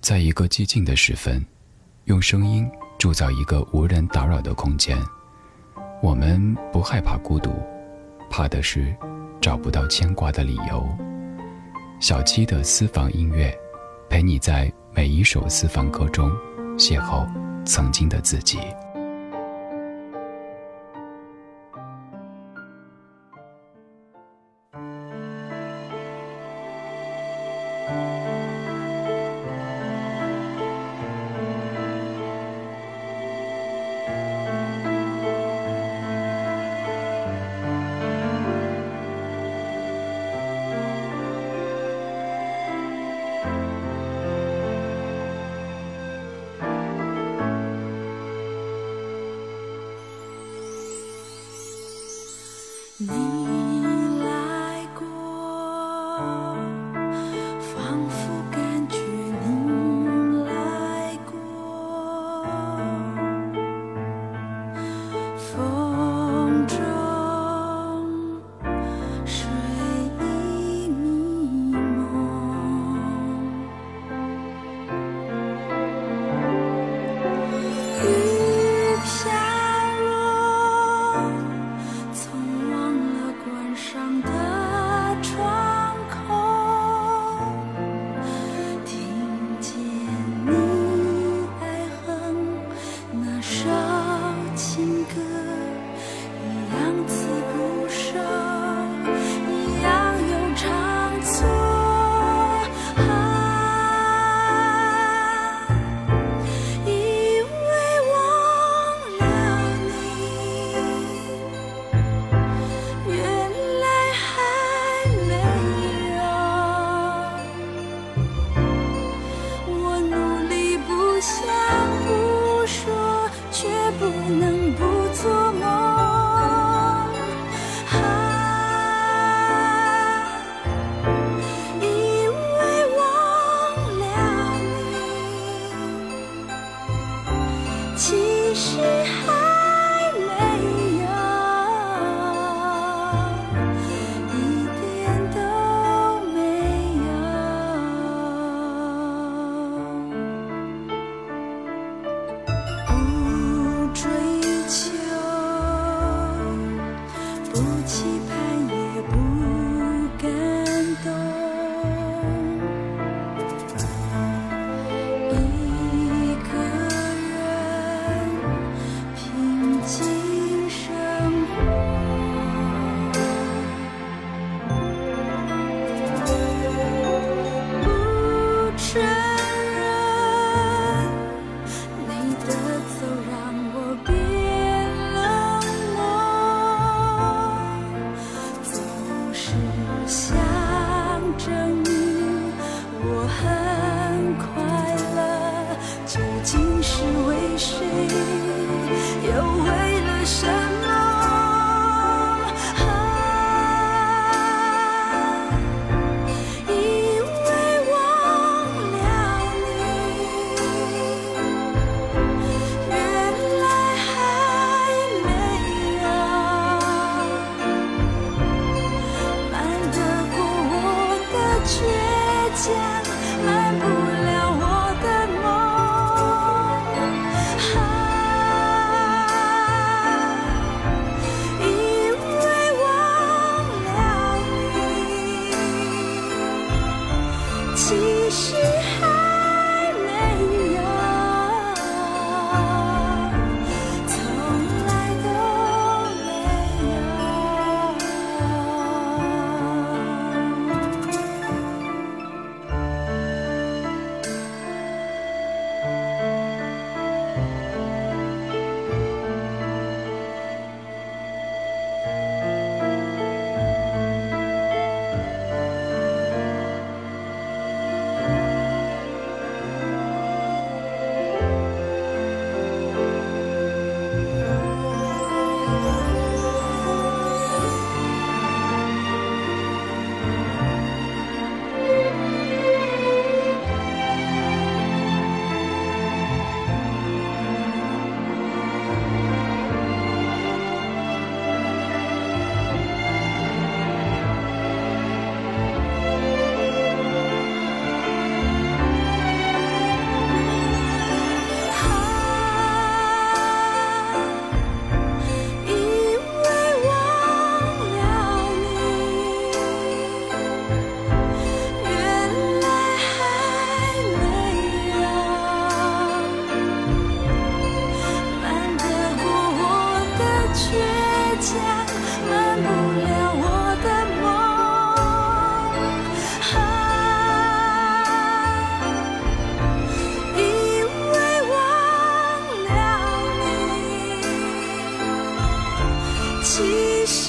在一个寂静的时分，用声音铸造一个无人打扰的空间。我们不害怕孤独，怕的是找不到牵挂的理由。小七的私房音乐，陪你在每一首私房歌中邂逅曾经的自己。 你来过，仿佛感觉你来过，风中睡意迷蒙，雨飘落，从忘了关上的窗口，听见你爱哼那首情歌，一样刺不舍，一样又长错。以为忘了你，原来还没有。我努力不想不说，却不能不做梦。以为忘了你，其实还没有，一点都没有。不追求，不期盼，也不感动。一个人平静生活，不承认你的走让我变冷漠，总是想证明我很快乐，究竟是为谁，又为了什么？以为忘了你，原来还没有。瞒得过我的倔强，瞒不了我的梦。以为忘了你，其实还没有，从来都没有。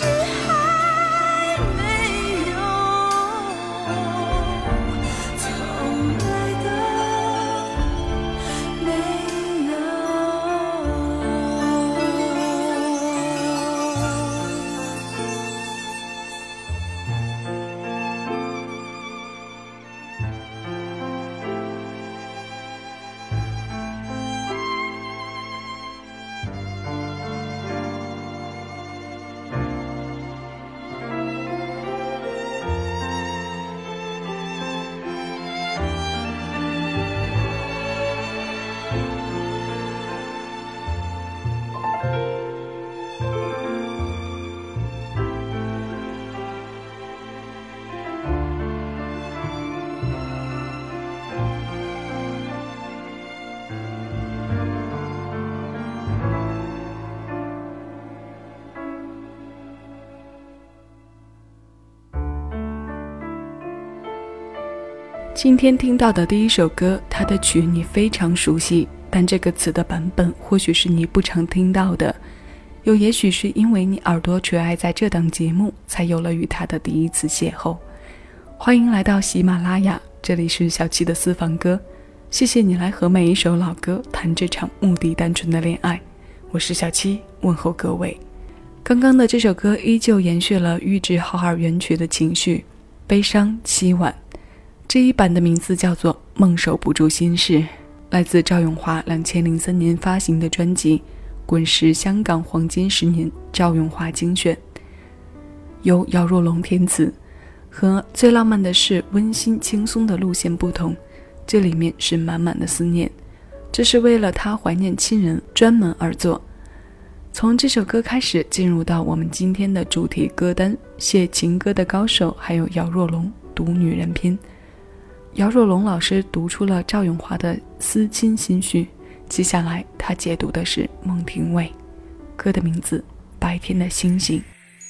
今天听到的第一首歌，它的曲你非常熟悉，但这个词的版本或许是你不常听到的，又也许是因为你耳朵垂爱在这档节目，才有了与它的第一次邂逅。欢迎来到喜马拉雅，这里是小七的私房歌，谢谢你来和每一首老歌谈这场目的单纯的恋爱。我是小七，问候各位。刚刚的这首歌依旧延续了玉置浩二原曲的情绪，悲伤凄婉。这一版的名字叫做《梦守不住心事》，来自赵咏华2003年发行的专辑《滚石香港黄金10年赵咏华精选》，由姚若龙填词。和最浪漫的是温馨轻松的路线不同，这里面是满满的思念，这是为了他怀念亲人专门而作。从这首歌开始进入到我们今天的主题歌单，写情歌的高手还有姚若龙读女人篇。姚若龙老师读出了赵咏华的思亲心绪，接下来他解读的是孟庭苇，歌的名字《白天的星星》。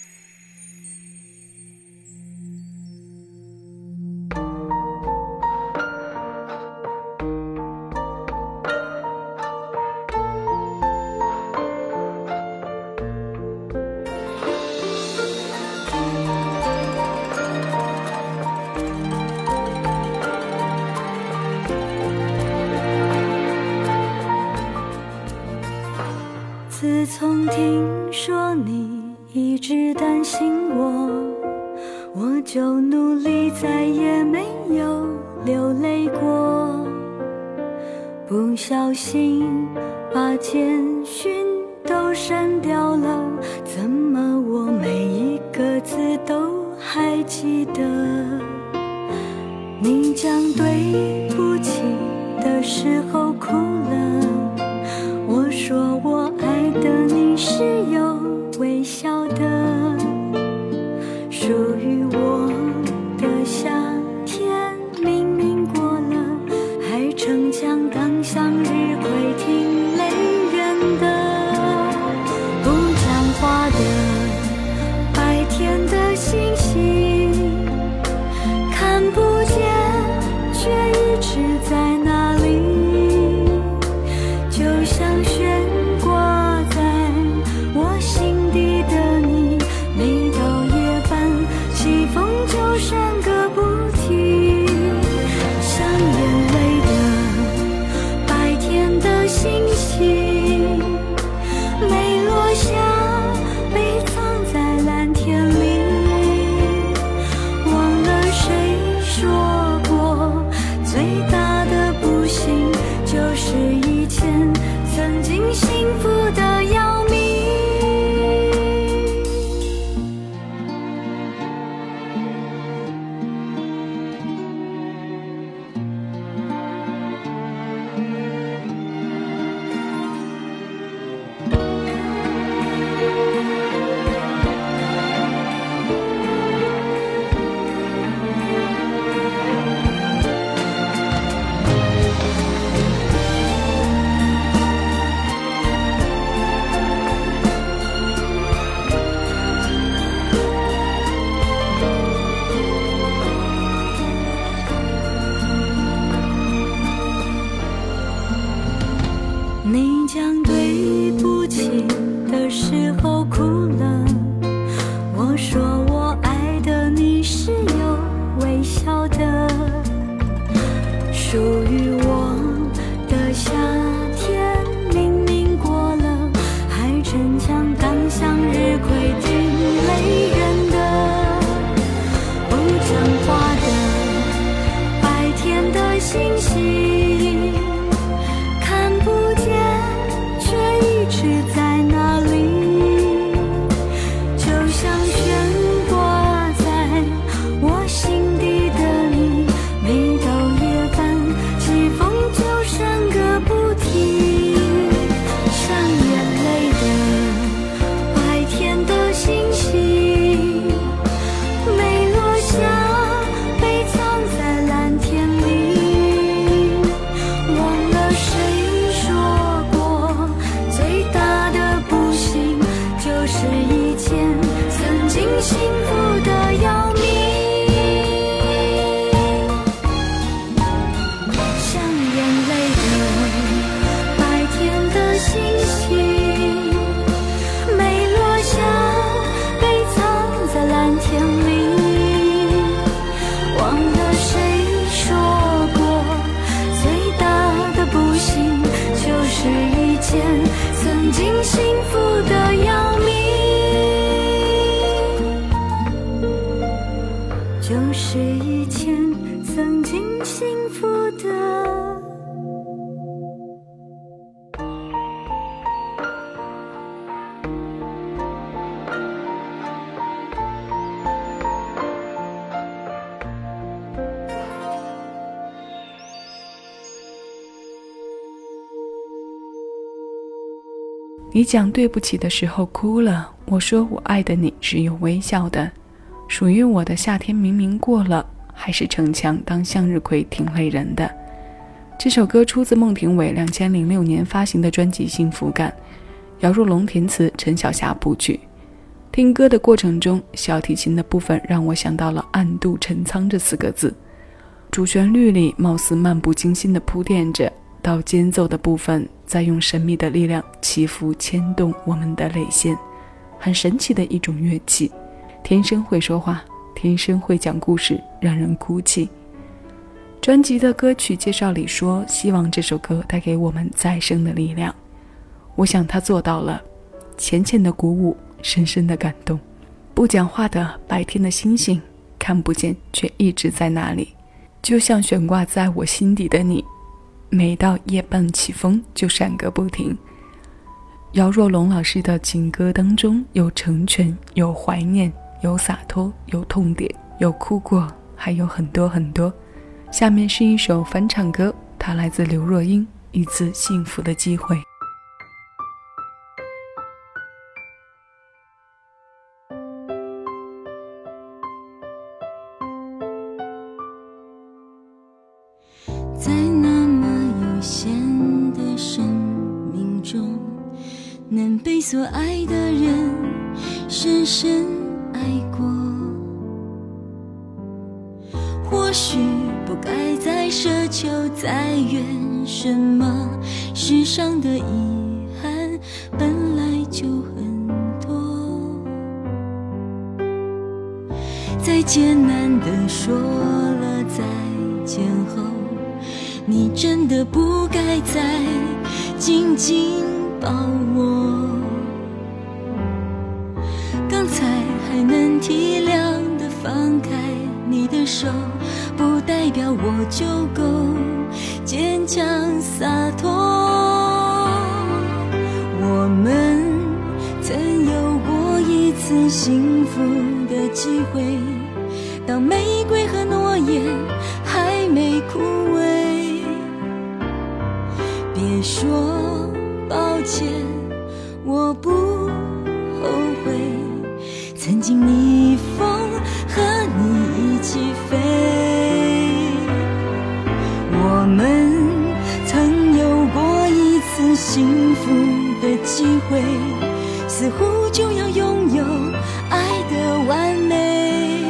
自从听说你一直担心我就努力再也没有流泪过，不小心把简讯都删掉了，怎么我每一个字都还记得？你讲对不起的时候哭了，我说我爱的你是有微笑的，属于我的夏天明明过了，还逞强当向日葵挺累人的，不讲话的白天的星星，看不见却一直在那里， 说我爱的你是有微笑的，属于我的夏天明明过了，还逞强当向日葵挺累人的，不讲话的白天的星星，看不见却一直在那里，就像悬挂在我心底的你，每到夜半起风就闪个不停，像眼泪的白天的星星，没落下被藏在蓝天里，忘了谁说过最大的不幸就是一件曾经幸福的要命，像眼泪的白天的星星，没落下被藏在蓝天里，忘了谁说过最大的不幸就是一件曾经幸福的要命，就是一件曾经幸福的。 你讲对不起的时候哭了，我说我爱的你是有微笑的，属于我的夏天明明过了，还是逞强当向日葵挺累人的。这首歌出自孟庭苇2006年发行的专辑《幸福感》，姚若龙填词，陈小霞谱曲。听歌的过程中，小提琴的部分让我想到了暗度陈仓这4个字，主旋律里貌似漫不经心地铺垫着，到间奏的部分再用神秘的力量起伏牵动我们的泪腺，很神奇的一种乐器，天生会说话，天生会讲故事，让人哭泣。专辑的歌曲介绍里说，希望这首歌带给我们再生的力量。我想他做到了，浅浅的鼓舞，深深的感动。不讲话的白天的星星，看不见却一直在那里，就像悬挂在我心底的你，每到夜半起风就闪个不停。姚若龙老师的情歌当中有成全，有怀念，有洒脱，有痛点，有哭过，还有很多很多。下面是一首翻唱歌，它来自刘若英，一次幸福的机会。 在那么有限的生命中，能被所爱的人深深爱过，或许不该再奢求再怨什么，世上的遗憾本来就很多，再艰难地说了再见后，你真的不该再紧紧抱我，刚才还能体谅地放开你的手，不代表我就够坚强洒脱。我们曾有过一次幸福的机会，当玫瑰和诺言还没枯萎，别说抱歉，我不后悔，曾经逆风和你一起飞。我们曾有过一次幸福的机会，似乎就要拥有爱的完美。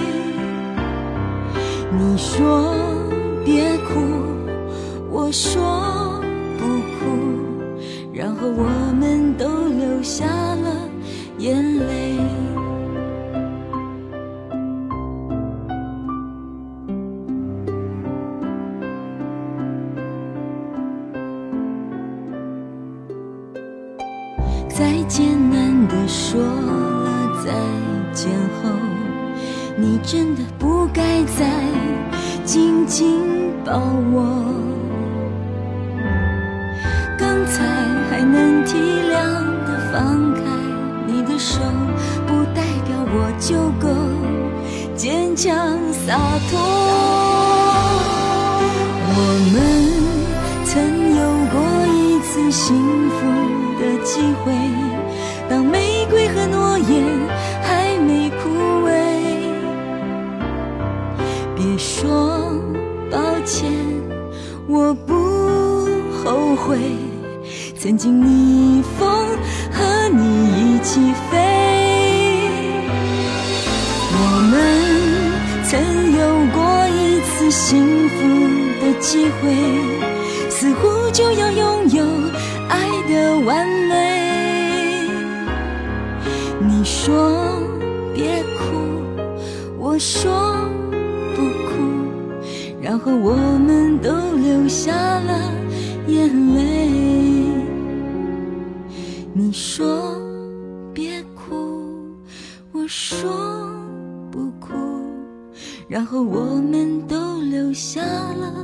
你说别哭，我说不哭，然后我们都流下了眼泪。 艰难地说了再见后，你真的不该再紧紧抱我。刚才还能体谅地放开你的手，不代表我就够坚强洒脱。我们曾有过一次幸福的机会，当玫瑰和诺言还没枯萎。别说抱歉，我不后悔，曾经逆风和你一起飞。我们曾有过一次幸福的机会，似乎就要拥有爱的完美。你说别哭，我说不哭，然后我们都流下了眼泪。你说别哭，我说不哭，然后我们都流下了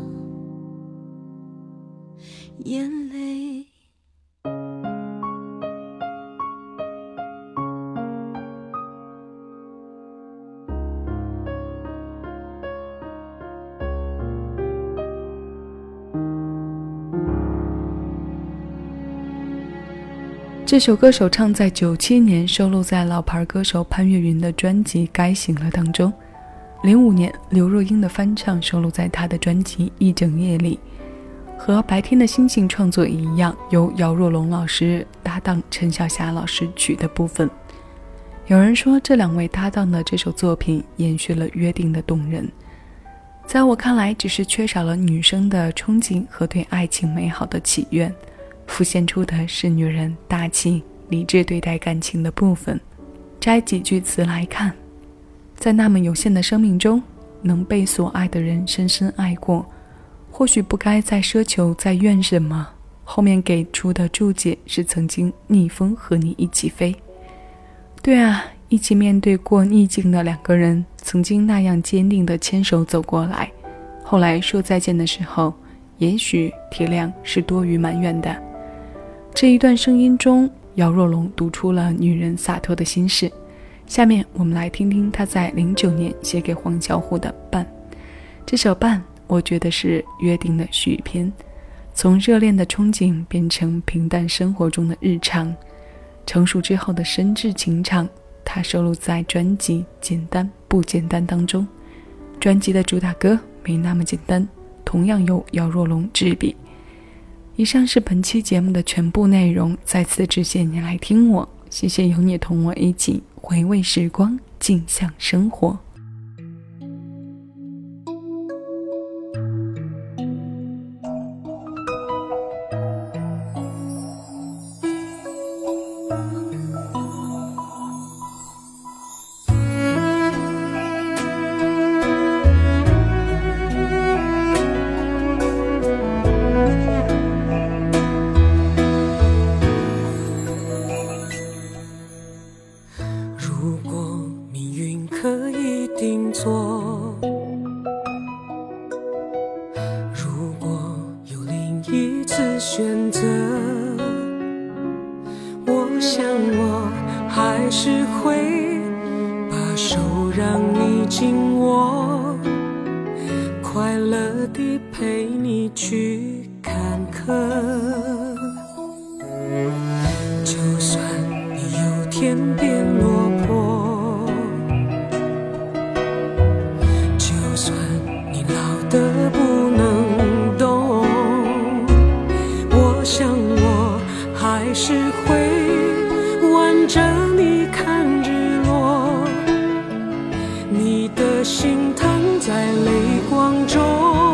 眼泪。 这首歌首唱在97年收录在老牌歌手潘越云的专辑《该醒了》当中。05年刘若英的翻唱收录在她的专辑《一整夜》里。和白天的星星创作一样，由姚若龙老师搭档陈小霞老师曲的部分。有人说这两位搭档的这首作品延续了约定的动人，在我看来只是缺少了女生的憧憬和对爱情美好的祈愿，浮现出的是女人大气理智对待感情的部分。摘几句词来看，在那么有限的生命中，能被所爱的人深深爱过，或许不该再奢求再怨什么。后面给出的注解是曾经逆风和你一起飞。对啊，一起面对过逆境的两个人，曾经那样坚定地牵手走过来，后来说再见的时候，也许体谅是多余埋怨的。这一段声音中，姚若龙读出了女人洒脱的心事。下面我们来听听她在09年写给黄小琥的《伴》。这首《伴》我觉得是约定的续篇，从热恋的憧憬变成平淡生活中的日常，成熟之后的深挚情长，它收录在专辑《简单不简单》当中。专辑的主打歌《没那么简单》同样由姚若龙执笔。以上是本期节目的全部内容，再次致谢你来听我，谢谢有你同我一起回味时光，静享生活。 如果有另一次选择，我想我还是会把手让你紧握，快乐地陪你去看客。就算你有天变落魄，就算你老得不能动，我想我还是会挽着你看日落，你的心疼在泪光中，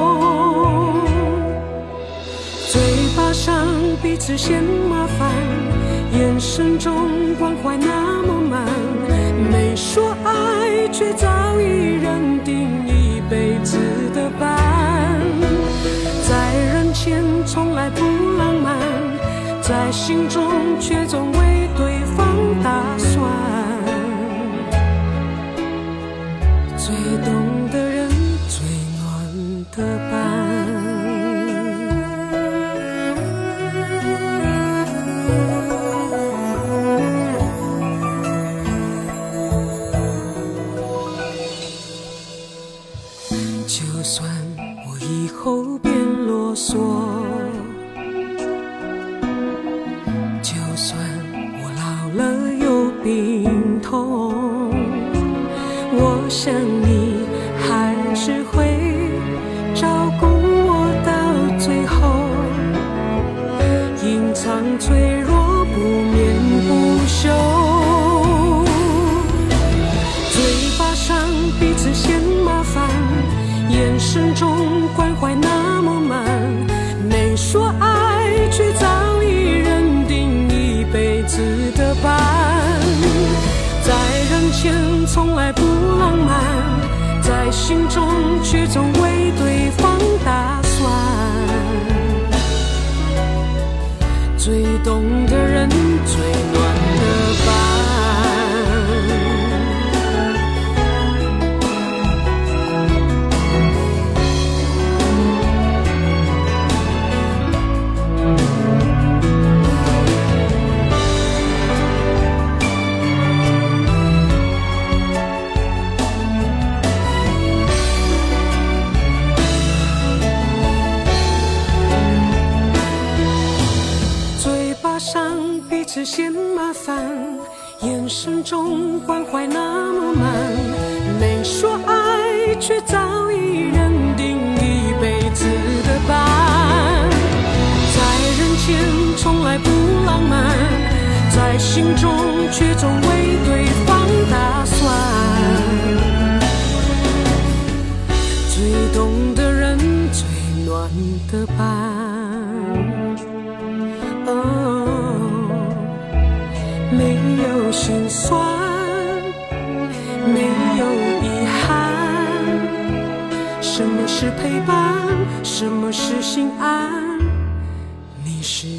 嘴巴上彼此嫌麻烦，眼神中关怀那么满，没说爱却早已认定一辈子的伴，在人前从来不浪漫，在心中却总为对打算。最懂的人，最暖的伴。就算我以后变啰嗦，就算我老了有病痛，我想你还是会照顾我到最后，隐藏脆弱不眠不休，嘴巴上彼此嫌麻烦，眼神中关怀那么满，没说爱却早已认定一辈子的伴，在人前从来不浪漫，在心中却总为对方打算。最懂的人，最暖的伴。彼此嫌麻烦，眼神中关怀那么满，没说爱却早已认定一辈子的伴，在人前从来不浪漫，在心中却总为对方打算。最懂的人，最暖的伴。没有心酸，没有遗憾，什么是陪伴，什么是心安，你是